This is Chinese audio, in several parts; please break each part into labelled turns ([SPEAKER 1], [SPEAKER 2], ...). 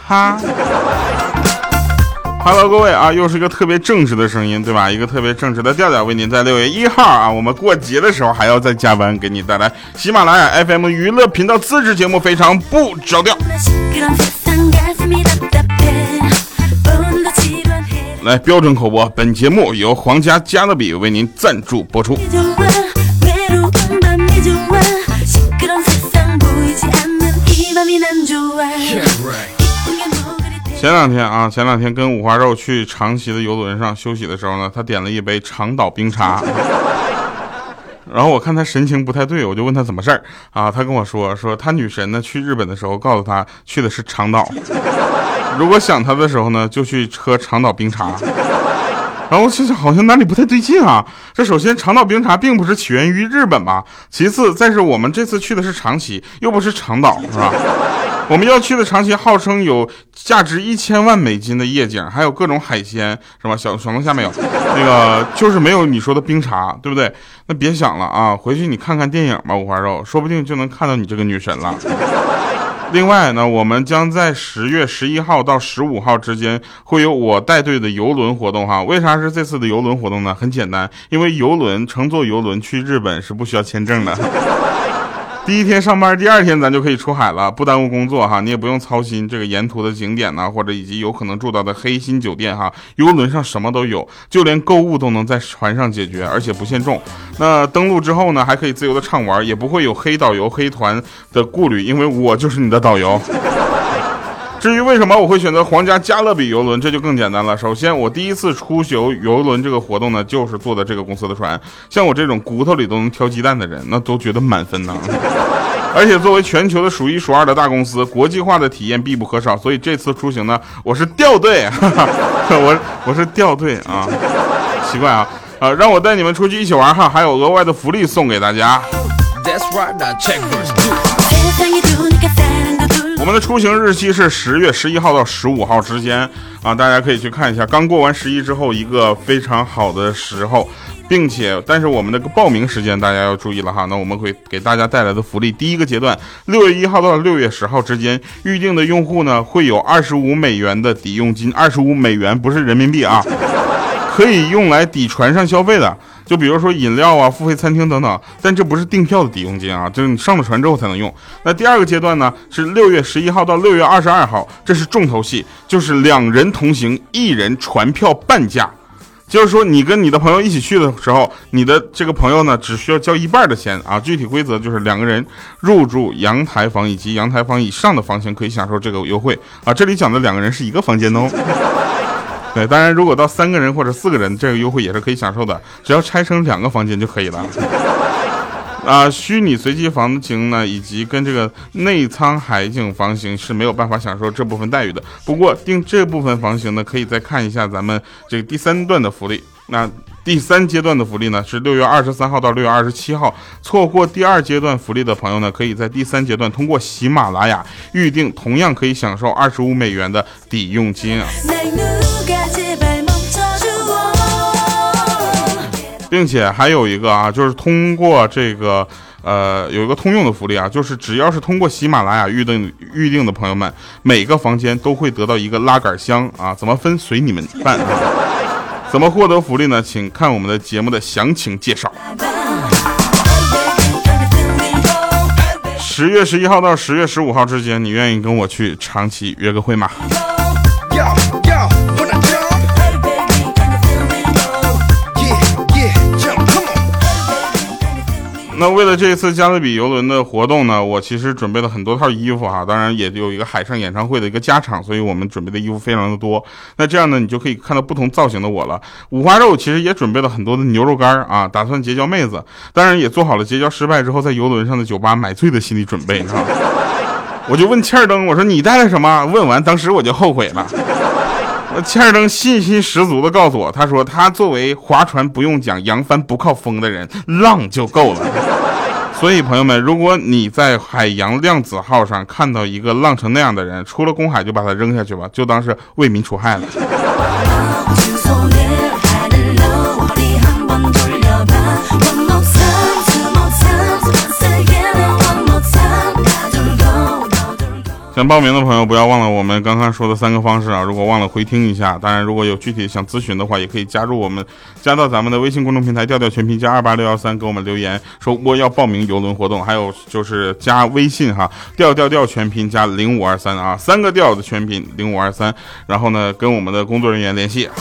[SPEAKER 1] 哈。Hello， 各位啊，又是一个特别正直的声音，对吧？一个特别正直的调调，为您在6月1号啊，我们过节的时候还要再加班，给你带来喜马拉雅 FM 娱乐频道自制节目，非常不着调。来，标准口播，本节目由皇家加勒比为您赞助播出。前两天跟五花肉去长崎的游轮上休息的时候呢，他点了一杯长岛冰茶，然后我看他神情不太对，我就问他怎么事儿啊？他跟我说他女神呢去日本的时候告诉他去的是长岛，如果想他的时候呢就去喝长岛冰茶。然后我心想好像哪里不太对劲啊！这首先长岛冰茶并不是起源于日本吧？其次再是我们这次去的是长崎，又不是长岛，是吧？我们要去的长崎号称有价值1000万美金的夜景，还有各种海鲜，是吧？小龙虾没有，那个就是没有你说的冰茶，对不对？那别想了啊，回去你看看电影吧，五花肉，说不定就能看到你这个女神了。另外呢，我们将在10月11号到15号之间会有我带队的邮轮活动哈。为啥是这次的邮轮活动呢？很简单，因为乘坐邮轮去日本是不需要签证的。第一天上班，第二天咱就可以出海了，不耽误工作哈，你也不用操心这个沿途的景点呢，或者以及有可能住到的黑心酒店哈。邮轮上什么都有，就连购物都能在船上解决，而且不限重。那登陆之后呢，还可以自由的畅玩，也不会有黑导游黑团的顾虑，因为我就是你的导游。至于为什么我会选择皇家加勒比邮轮，这就更简单了。首先，我第一次出游邮轮这个活动呢，就是坐的这个公司的船。像我这种骨头里都能挑鸡蛋的人，那都觉得满分呢。而且作为全球的数1数2的大公司，国际化的体验必不可少。所以这次出行呢，我是调队，我是调队啊，奇怪啊，让我带你们出去一起玩哈，还有额外的福利送给大家。我们的出行日期是10月11号到15号之间啊，大家可以去看一下，刚过完11之后一个非常好的时候，但是我们的报名时间大家要注意了哈。那我们会给大家带来的福利，第一个阶段6月1号到6月10号之间，预定的用户呢会有25美元的抵用金，25美元不是人民币啊，可以用来抵船上消费的。就比如说饮料啊、付费餐厅等等，但这不是订票的抵用金啊，就是你上了船之后才能用。那第二个阶段呢，是6月11号到6月22号，这是重头戏，就是2人同行，1人船票半价。就是说你跟你的朋友一起去的时候，你的这个朋友呢只需要交1半的钱啊。具体规则就是2个人入住阳台房以及阳台房以上的房型可以享受这个优惠啊。这里讲的2个人是一个房间哦。对，当然如果到3个人或者4个人，这个优惠也是可以享受的，只要拆成2个房间就可以了。虚拟随机房型呢，以及跟这个内舱海景房型是没有办法享受这部分待遇的。不过订这部分房型呢，可以再看一下咱们这个第3段的福利。那第3阶段的福利呢，是6月23号到6月27号。错过第2阶段福利的朋友呢，可以在第3阶段通过喜马拉雅预定，同样可以享受25美元的抵用金啊。并且还有一个啊，就是通过这个有一个通用的福利啊，就是只要是通过喜马拉雅预定的朋友们，每个房间都会得到一个拉杆箱啊，怎么分随你们办啊。怎么获得福利呢？请看我们的节目的详情介绍。10月11号到10月15号之间，你愿意跟我去长崎约个会吗？那为了这一次加勒比邮轮的活动呢，我其实准备了很多套衣服哈，当然也有一个海上演唱会的一个加场，所以我们准备的衣服非常的多。那这样呢，你就可以看到不同造型的我了。五花肉其实也准备了很多的牛肉干啊，打算结交妹子，当然也做好了结交失败之后在邮轮上的酒吧买醉的心理准备啊。我就问切尔登，我说你带了什么？问完当时我就后悔了。切尔登信心十足的告诉我，他说他作为划船不用桨扬帆不靠风的人，浪就够了。所以朋友们，如果你在海洋量子号上看到一个浪成那样的人，出了公海就把他扔下去吧，就当是为民除害了。 想报名的朋友不要忘了我们刚刚说的3个方式啊，如果忘了回听一下。当然如果有具体想咨询的话，也可以加到咱们的微信公众平台调调全拼加28613，给我们留言说我要报名邮轮活动。还有就是加微信哈，调全拼加0523啊，3个调的全拼0523，然后呢跟我们的工作人员联系。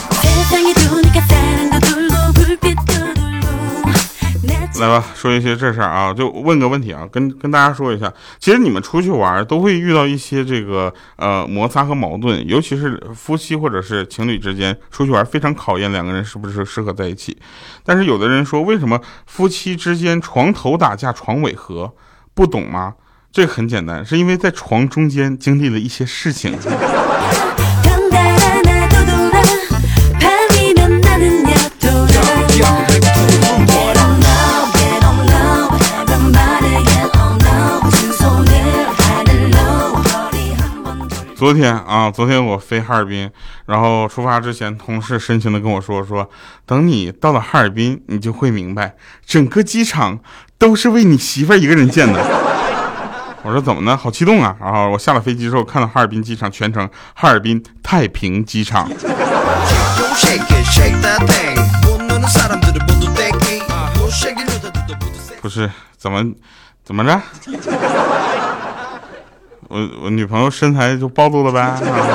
[SPEAKER 1] 来吧，说一些这事儿啊，就问个问题啊，跟大家说一下，其实你们出去玩都会遇到一些这个摩擦和矛盾，尤其是夫妻或者是情侣之间出去玩，非常考验两个人是不是适合在一起。但是有的人说，为什么夫妻之间床头打架床尾和？不懂吗？这个很简单，是因为在床中间经历了一些事情。昨天我飞哈尔滨，然后出发之前，同事深情的跟我说，等你到了哈尔滨，你就会明白，整个机场都是为你媳妇儿一个人建的。我说怎么呢？好激动啊！然后我下了飞机之后，看到哈尔滨机场全程哈尔滨太平机场。不是怎么着？我女朋友身材就暴露了呗。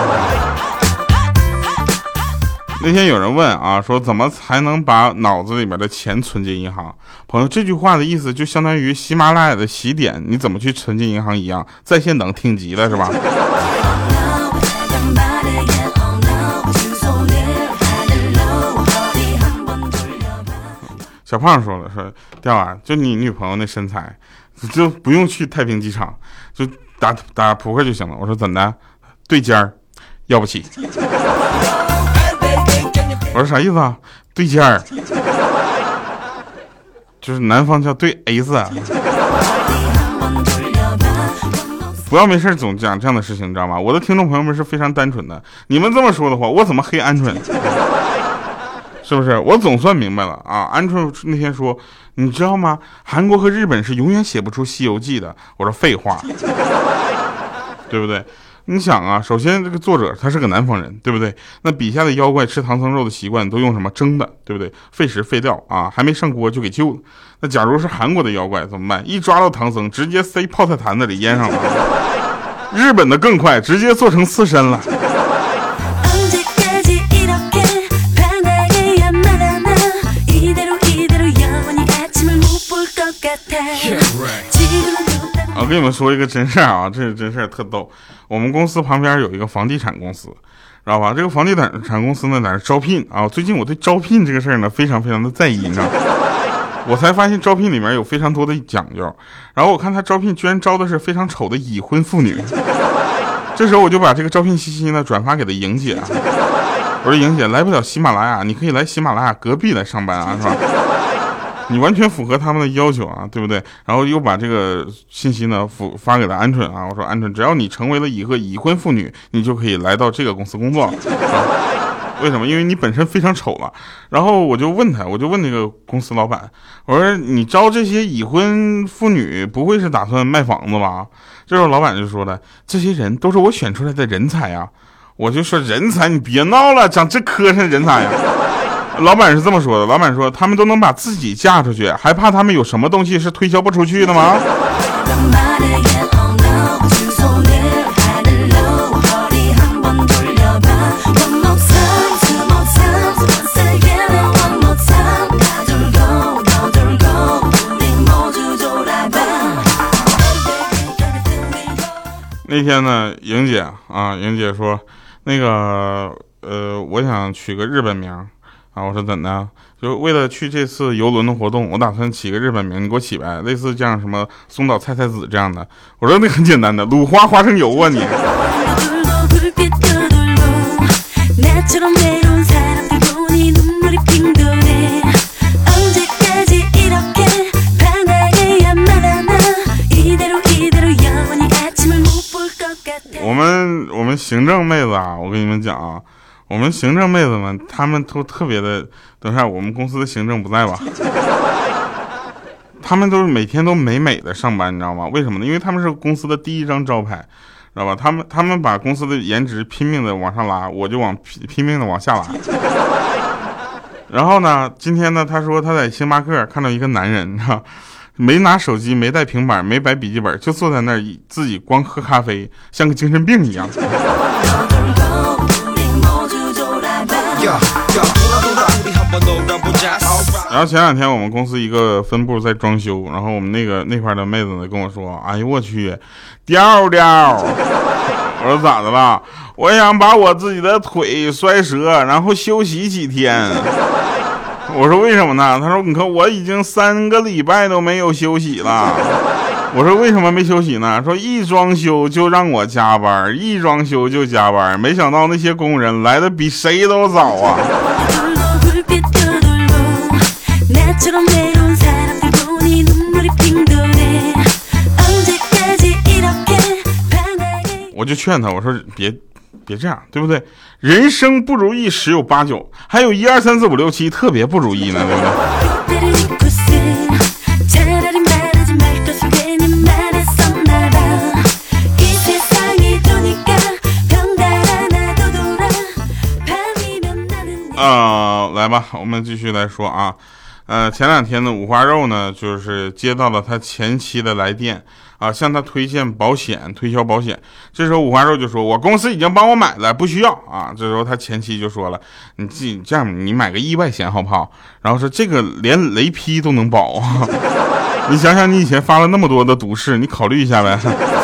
[SPEAKER 1] 那天有人问啊，说怎么才能把脑子里面的钱存进银行？朋友，这句话的意思就相当于喜马拉雅的起点，你怎么去存进银行一样，在线等挺急的是吧？小胖说了，说调啊，就你女朋友那身材，就不用去太平机场，就打扑克就行了。我说怎的？对尖儿，要不起。我说啥意思啊？对尖儿，就是南方叫对 S 啊。不要没事总讲这样的事情，你知道吗？我的听众朋友们是非常单纯的，你们这么说的话，我怎么黑鹌鹑？是不是？我总算明白了啊！鹌鹑那天说，你知道吗？韩国和日本是永远写不出《西游记》的。我说废话，对不对？你想啊，首先这个作者他是个南方人，对不对？那笔下的妖怪吃唐僧肉的习惯都用什么蒸的，对不对？费时费料啊，还没上锅就给救了。那假如是韩国的妖怪怎么办？一抓到唐僧，直接塞泡菜坛子里腌上了。日本的更快，直接做成刺身了。我跟你们说一个真事儿啊，这是真事儿，特逗。我们公司旁边有一个房地产公司，知道吧？这个房地产公司呢，在那招聘啊。最近我对招聘这个事儿呢，非常非常的在意，你知道吗？我才发现招聘里面有非常多的讲究。然后我看他招聘居然招的是非常丑的已婚妇女。这时候我就把这个招聘信息呢转发给了莹姐啊。我说莹姐，来不了喜马拉雅，你可以来喜马拉雅隔壁来上班啊，是吧？你完全符合他们的要求啊，对不对？然后又把这个信息呢发给了鹌鹑啊，我说鹌鹑，只要你成为了一个已婚妇女，你就可以来到这个公司工作。为什么？因为你本身非常丑了。然后我就问那个公司老板，我说你招这些已婚妇女，不会是打算卖房子吧？这时候老板就说了，这些人都是我选出来的人才啊。我就说人才，你别闹了，长这磕碜人才呀。老板是这么说的，老板说他们都能把自己嫁出去，还怕他们有什么东西是推销不出去的吗？那天呢，莹姐说，那个我想取个日本名啊。我说怎的？就为了去这次游轮的活动，我打算起个日本名，你给我起呗，类似这样什么松岛菜菜子这样的。我说那很简单的，鲁花花生油啊你。我们行政妹子啊，我跟你们讲啊。我们行政妹子们，她们都特别的。等一下，我们公司的行政不在吧？他们都是每天都美美的上班，你知道吗？为什么呢？因为他们是公司的第一张招牌。 知道吧？他们把公司的颜值拼命的往上拉，我就拼命的往下拉。然后呢，今天呢，他说他在星巴克看到一个男人没拿手机，没带平板，没摆笔记本，就坐在那儿自己光喝咖啡，像个精神病一样。然后前两天我们公司一个分部在装修，然后我们那块的妹子呢跟我说：“哎呦我去，调调！”我说咋的了？我想把我自己的腿摔折，然后休息几天。我说为什么呢？他说：“你看我已经3个礼拜都没有休息了。”我说为什么没休息呢？说一装修就让我加班，一装修就加班，没想到那些工人来的比谁都早啊。我就劝他，我说别这样，对不对？人生不如意十有八九，还有1、2、3、4、5、6、7特别不如意呢，对不对？来吧，我们继续来说啊。前两天呢，五花肉呢就是接到了他前妻的来电啊，向他推销保险。这时候五花肉就说：“我公司已经帮我买了，不需要啊。”这时候他前妻就说了：“你这样，你买个意外险好不好？”然后说：“这个连雷劈都能保啊！你想想，你以前发了那么多的毒誓，你考虑一下呗。”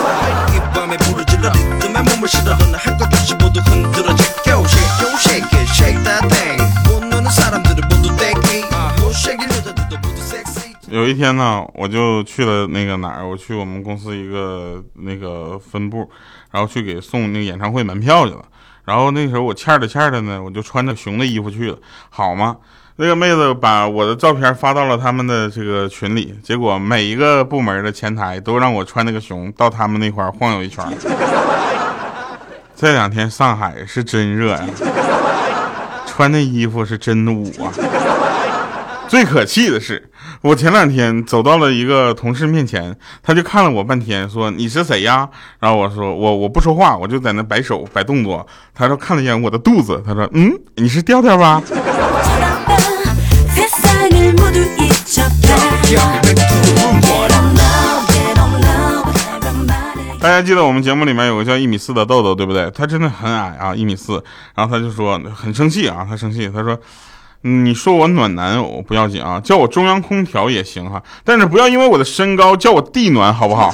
[SPEAKER 1] 有一天呢，我就去了那个哪儿，我去我们公司一个那个分部，然后去给送那个演唱会门票去了。然后那时候我欠的呢，我就穿着熊的衣服去了，好吗？那个妹子把我的照片发到了他们的这个群里，结果每一个部门的前台都让我穿那个熊到他们那块晃悠一圈。这2天上海是真热呀，穿那衣服是真的舞啊。最可气的是，我前2天走到了一个同事面前，他就看了我半天，说：“你是谁呀？”然后我说：“我不说话，我就在那摆手摆动作。”他说看了一眼我的肚子，他说：“你是调调吧？”大家记得我们节目里面有个叫1.4米的豆豆，对不对？他真的很矮啊，1.4米。然后他就说很生气啊，他说。你说我暖男偶不要紧啊，叫我中央空调也行哈，但是不要因为我的身高叫我地暖好不好？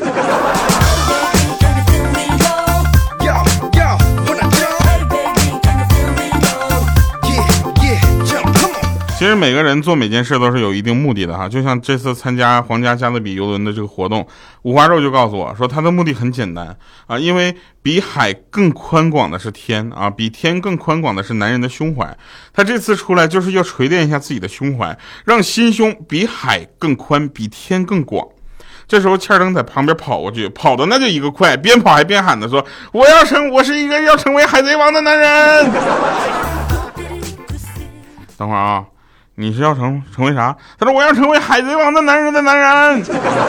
[SPEAKER 1] 其实每个人做每件事都是有一定目的的哈，就像这次参加皇家加勒比邮轮的这个活动，五花肉就告诉我说他的目的很简单啊，因为比海更宽广的是天啊，比天更宽广的是男人的胸怀。他这次出来就是要锤炼一下自己的胸怀，让心胸比海更宽，比天更广。这时候欠灯在旁边跑过去，跑的那就一个快，边跑还边喊的说：“我是一个要成为海贼王的男人。”等会儿啊。你是要成为啥？他说我要成为海贼王的男人的男人。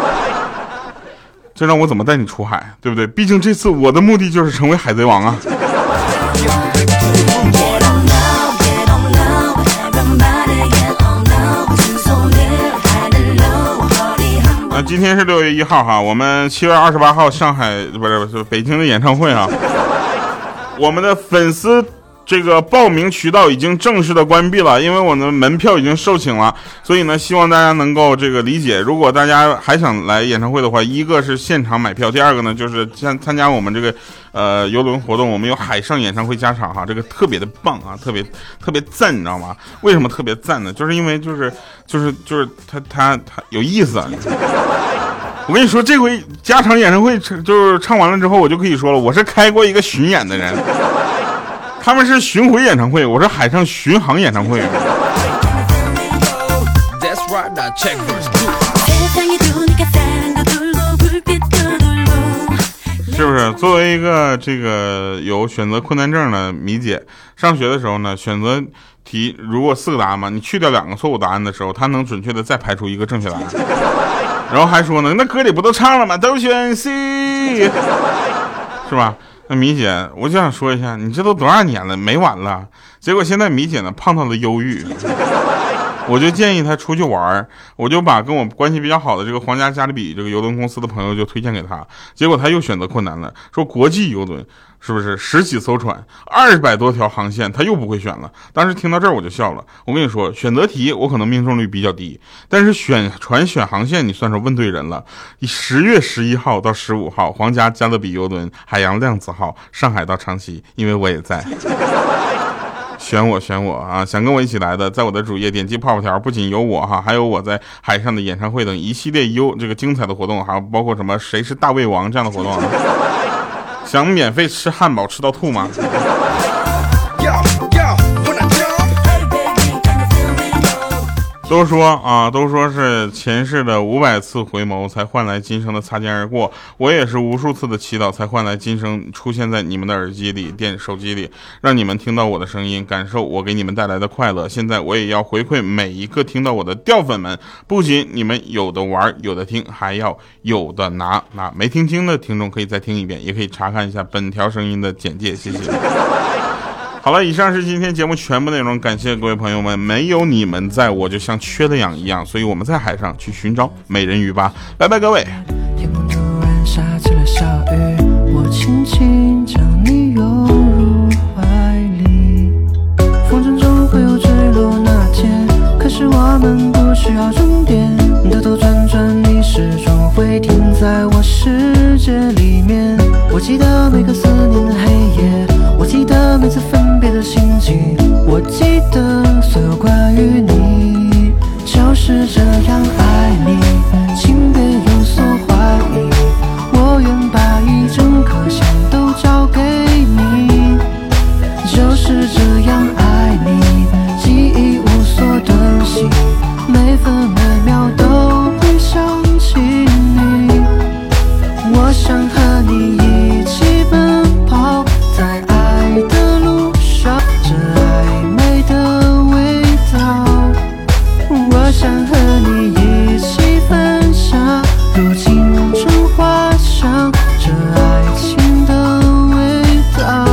[SPEAKER 1] 这让我怎么带你出海，对不对？毕竟这次我的目的就是成为海贼王啊。今天是6月1号哈，我们7月28号上海不是北京的演唱会啊，我们的粉丝这个报名渠道已经正式的关闭了，因为我的门票已经售罄了，所以呢，希望大家能够这个理解。如果大家还想来演唱会的话，一个是现场买票，第二个呢就是参加我们这个邮轮活动，我们有海上演唱会加场哈，这个特别的棒啊，特别赞，你知道吗？为什么特别赞呢？就是因为就是他有意思啊。我跟你说，这回加场演唱会就是唱完了之后，我就可以说了，我是开过一个巡演的人。他们是巡回演唱会，我是海上巡航演唱会。是不是？作为一个这个有选择困难症的米姐，上学的时候呢，选择题如果4个答案嘛，你去掉2个错误答案的时候，她能准确的再排除一个正确答案。然后还说呢，那歌里不都唱了吗？都选 C。 是吧？那米姐，我就想说一下，你这都多少年了，没完了。结果现在米姐呢胖到了忧郁。我就建议他出去玩，我就把跟我关系比较好的这个皇家加勒比这个邮轮公司的朋友就推荐给他，结果他又选择困难了，说国际邮轮是不是10几艘船，200多条航线，他又不会选了。当时听到这儿我就笑了，我跟你说，选择题我可能命中率比较低，但是选船选航线你算是问对人了。10月11号到15号，皇家加勒比邮轮海洋量子号上海到长崎，因为我也在。选我啊！想跟我一起来的，在我的主页点击泡泡条，不仅有我哈，还有我在海上的演唱会等一系列这个精彩的活动，还有包括什么谁是大胃王这样的活动啊！想免费吃汉堡吃到吐吗？都说是前世的500次回眸才换来今生的擦肩而过，我也是无数次的祈祷才换来今生出现在你们的耳机里、手机里，让你们听到我的声音，感受我给你们带来的快乐。现在我也要回馈每一个听到我的掉粉们，不仅你们有的玩有的听，还要有的拿。没听清的听众可以再听一遍，也可以查看一下本条声音的简介，谢谢。好了，以上是今天节目全部内容，感谢各位朋友们，没有你们在，我就像缺了氧一样，所以我们在海上去寻找美人鱼吧，拜拜各位。
[SPEAKER 2] 天空突然下起了小雨，我轻轻将你拥入怀里，风筝终会有坠落那天，可是我们不需要终点，兜兜转转你始终会停在我世界里面，我记得每个思念的黑夜，我记得每次分别的心情，我记得所有关于你，就是这样爱你，请别有所怀疑，我愿把一整颗心都交给你，就是这样爱你，记忆无所遁形，每分每秒都会想起你，我想和你一起奔跑在爱的路上，这暧昧的味道，我想和你一起分享如青春花香，这爱情的味道。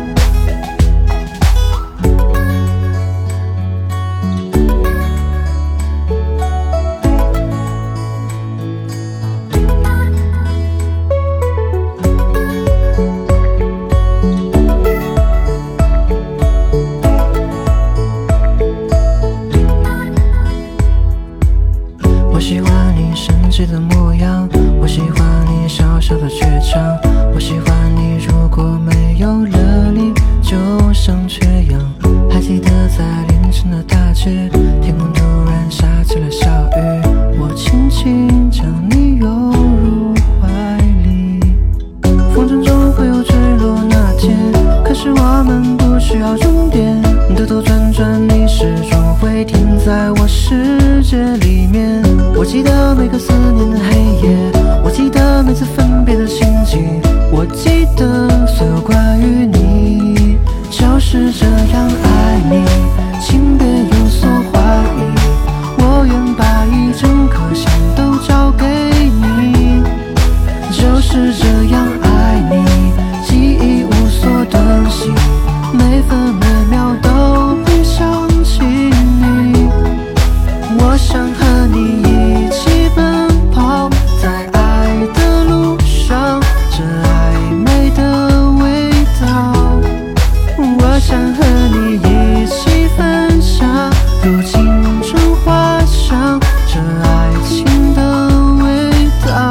[SPEAKER 2] 我喜欢你生气的模样，我喜欢你小小的倔强，我喜欢你如果没有了你就像缺氧。还记得在凌晨的大街，天空突然下起了小雨，我轻轻将你拥入怀里，风筝终会有坠落那天，可是我们不需要终点，兜兜转转你始终会停在我世界里面，我记得每个思念的黑夜，我记得每次分别的心情，我记得所有关于你，就是这样爱你，请别有所怀疑，我愿把一整颗心都交给你，就是这样爱你，记忆无所遁形，每分每秒都会想起你，我想和你一起奔跑在爱的路上，这暧昧的味道，我想和你一起分享如青春花香，这爱情的味道。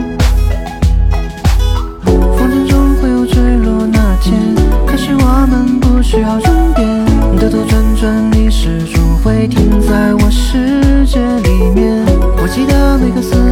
[SPEAKER 2] 风筝终会有坠落那天，可是我们不需要终点，兜兜转转你始终会停在我世界里面，我记得每个思